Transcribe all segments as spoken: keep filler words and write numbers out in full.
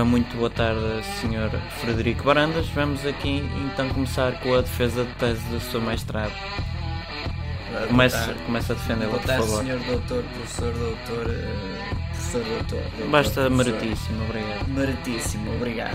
Ora, muito boa tarde, senhor Frederico Barandas. Vamos aqui então começar com a defesa de tese do seu mestrado. Começa, começa a defendê-la, por favor. Boa tarde, senhor doutor, professor, doutor, uh, professor, doutor. doutor Basta, professor. meritíssimo, obrigado. Meritíssimo, obrigado.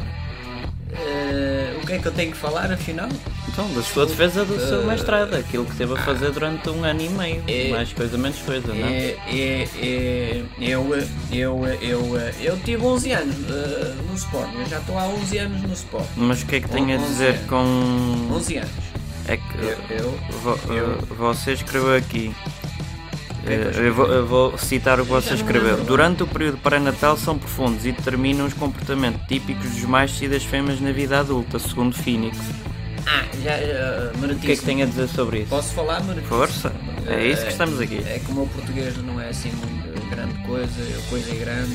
Uh, o que é que eu tenho que falar, afinal? Então, da sua defesa do seu mestrado, aquilo que teve a fazer durante um ano e meio. É, mais coisa, menos coisa, não? É, é, é, eu, eu, eu, eu tive onze anos uh, no Sport, eu já estou há onze anos no Sport. Mas o que é que tem a dizer anos. com... onze anos. É que Eu, eu, vo- eu- você escreveu aqui. que é que eu Eh, eu, vou, eu vou citar o que Eu você já não escreveu. lembro. Durante o período pré-natal são profundos e determinam os comportamentos típicos dos machos e das fêmeas na vida adulta, segundo Phoenix. Ah, já, uh, O que é que tem a dizer sobre isso? Posso falar, meritíssimo? Força, é isso que estamos aqui. É que o meu português não é assim muito grande coisa, eu coisa é grande,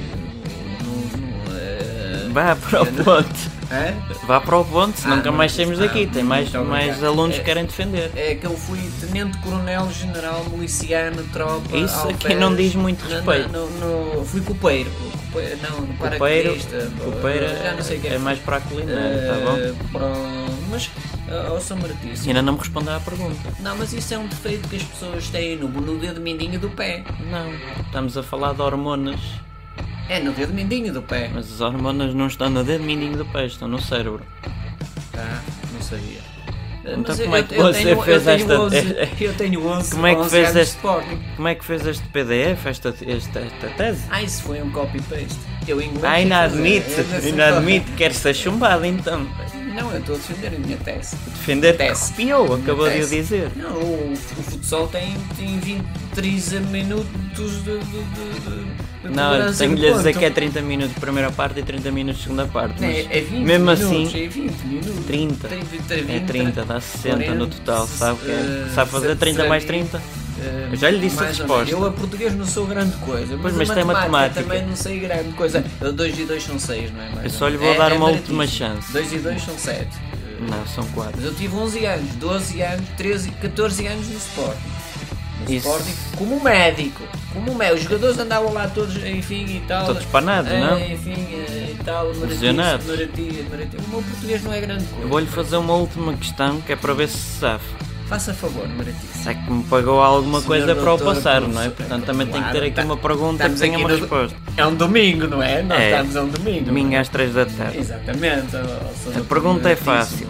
eu não, não, é... Vá para o eu não- ponto. Hã? Vá para o ponto, se Ah, nunca mais meritíssimo. saímos daqui. Ah, Tem mais, muito mais obrigado. alunos É- que querem defender. É que eu fui tenente coronel general miliciano, tropa. Isso aqui alferes, não diz muito no- respeito. No, no, no, fui copeiro, copeiro, não, no Copeiro, paraquedista, copeiro já não sei o que é mais para a culinária, tá bom? Eh, pronto, mas, oh, São Martício, Ainda não me respondeu à pergunta. não, mas isso é um defeito que as pessoas têm no, no dedo mindinho do pé. Não, estamos a falar de hormonas, É no dedo mindinho do pé. mas as hormonas não estão no dedo mindinho do pé, estão no cérebro. Ah, não sabia. Então Mas como eu- é que eu você tenho- fez eu tenho esta- onze Eu tenho onze, Como é que onze fez anos de este- Sporting. Como é que fez este P D F, esta, esta, esta tese? Ah, isso foi um copy-paste. Eu inglês. Ah, sei ainda fazer. admite, Eu não sei ainda fazer. admite, quer ser chumbado então. Não, eu estou a defender a minha tese. Defender que Tese. copiou, acabou de o Tese. dizer. Não, o, o futsal tem, tem vinte e três minutos de, de, de, de, de Não, tolerância tenho de de lhe dizer ponto. que é trinta minutos de primeira parte e trinta minutos de segunda parte. Não, Mas é, é vinte mesmo minutos, assim, é vinte minutos. trinta. Tem vinte, tem é vinte, trinta, dá sessenta no total, sabe? que é? eh, Sabe fazer trinta mais será trinta? Eh, Eu já lhe disse a mais ou resposta. menos. Eu a português não sou grande coisa, Pois, mas, mas a tem matemática, matemática. também não sei grande coisa. dois e dois são seis, não é? Mais Eu ou só lhe menos. vou dar É- é uma baratíssimo. última chance. dois e dois são sete. Não, são quatro. Mas eu tive onze anos, doze anos, treze, catorze anos no Sporting. No Isso. Sporting, como médico. Como médico. Os jogadores andavam lá todos, enfim, e tal. Todos panados, eh, não? Enfim, eh, e tal. Lesionados. Maravilha, maravilha. O meu português não é grande coisa. Eu vou-lhe fazer uma última questão que é para ver se se sabe. Faça favor, Maratíssimo. É que me pagou alguma Senhor coisa para o doutor, passar, não é? professor, Portanto, também tem que claro, ter aqui tá- uma pergunta que estamos tenha aqui uma no- resposta. É um domingo, não é? Nós É. estamos a um domingo. Domingo não é? às três da tarde. Exatamente. ó, sou A doutor pergunta é Maratíssimo. fácil.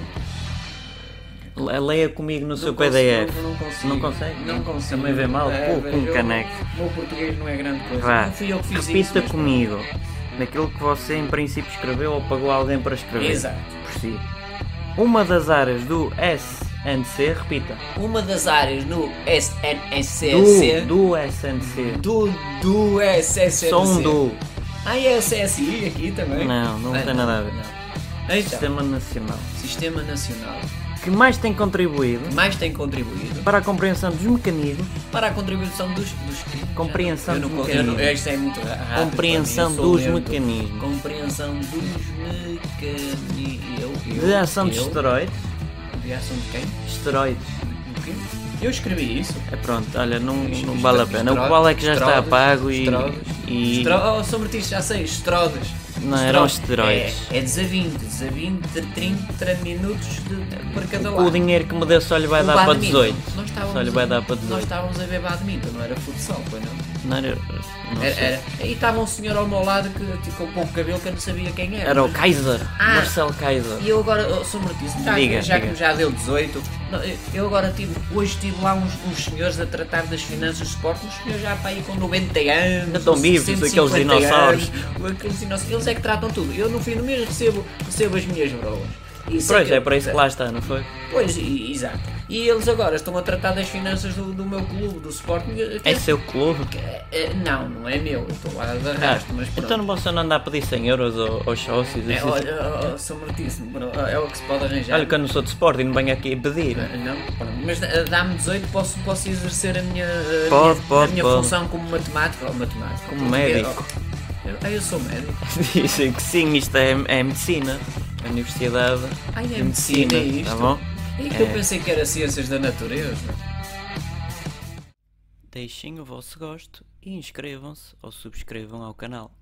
Le- Leia comigo no Não seu consigo, P D F. Não, não consigo. Não consegue? Não consigo. Também vê mal? É, Pô, com um eu- caneco. O meu português não é grande coisa. Vá, Não fui eu que fiz isso. repita mas- comigo. Naquilo que você em princípio escreveu ou pagou alguém para escrever. Exato. Por si. Uma das áreas do S N C, repita. Uma das áreas no S N S Do, C do S N C. do, do S S C. Só um do. Ah, e é o C S I aqui também? Não, não Ah, tem nada a ver. Não. Então, Sistema Nacional. Sistema Nacional. Que mais tem contribuído Que mais tem contribuído para a compreensão dos mecanismos. para a contribuição dos... dos Compreensão eu não, dos eu não, mecanismos. Isto é muito rápido. Compreensão para mim, eu sou dos lento. mecanismos. Compreensão dos mecanismos. Eu, eu, De ação de eu- esteroides. De ação de quem? Esteroides. Do quê? Eu escrevi isso. É pronto, olha, não, não Estra- vale a pena. O estro- que vale é que já está estrodes, apago e. estrodes. e Estro... Oh, sobre ti, já sei, estrodes. Não, eram Estrodes. esteroides. É, é desavinte, desavinte de trinta minutos de, por cada o lado. dinheiro que me deu só lhe vai O dar para badminton. dezoito. Nós estávamos Só lhe vai a- dar para Nós dezoito. estávamos a ver badminton, não era futsal, foi não? Não era. Não Era, sei. era. E estava um senhor ao meu lado que tipo, com pouco cabelo que eu não sabia quem era. Era o Kaiser. Ah. Marcelo Kaiser. E eu agora, oh, Sr. Martíssimo, já, Diga, já diga. que me já deu dezoito, não, eu- eu agora tive, hoje tive lá uns, uns senhores a tratar das finanças do esporte, uns senhores já para aí com noventa anos, Ainda estão vivos, cento e aqueles cinquenta dinossauros. anos, aqueles dinossauros, eles é que tratam tudo. Eu no fim do mês recebo, recebo as minhas broas. Isso Pois, que é eu- para isso que lá está, não foi? Pois, e- exato. E eles agora estão a tratar das finanças do, do meu clube, do Sporting. que- É seu clube? que- é- não, não é meu, eu estou lá de Ah, arrasto, mas pronto. então não você não anda a pedir cem euros ao- aos sócios? É, assim? olha, oh, oh, Sr. Martíssimo, pronto, é o que se pode arranjar. Olha que eu não sou de Sporting, não venho aqui a pedir. Não, pronto, mas eh, dá-me dezoito, posso, posso exercer a minha, a Pode, minha, pode, a minha pode. função como matemático ou matemático. Como médico. Eu, ah, eu sou médico. Dizem que sim, isto é, é medicina. A Universidade Ai, é de medicina, é isto. tá bom? É que eu É. pensei que era ciências da natureza. Deixem o vosso gosto e inscrevam-se ou subscrevam ao canal.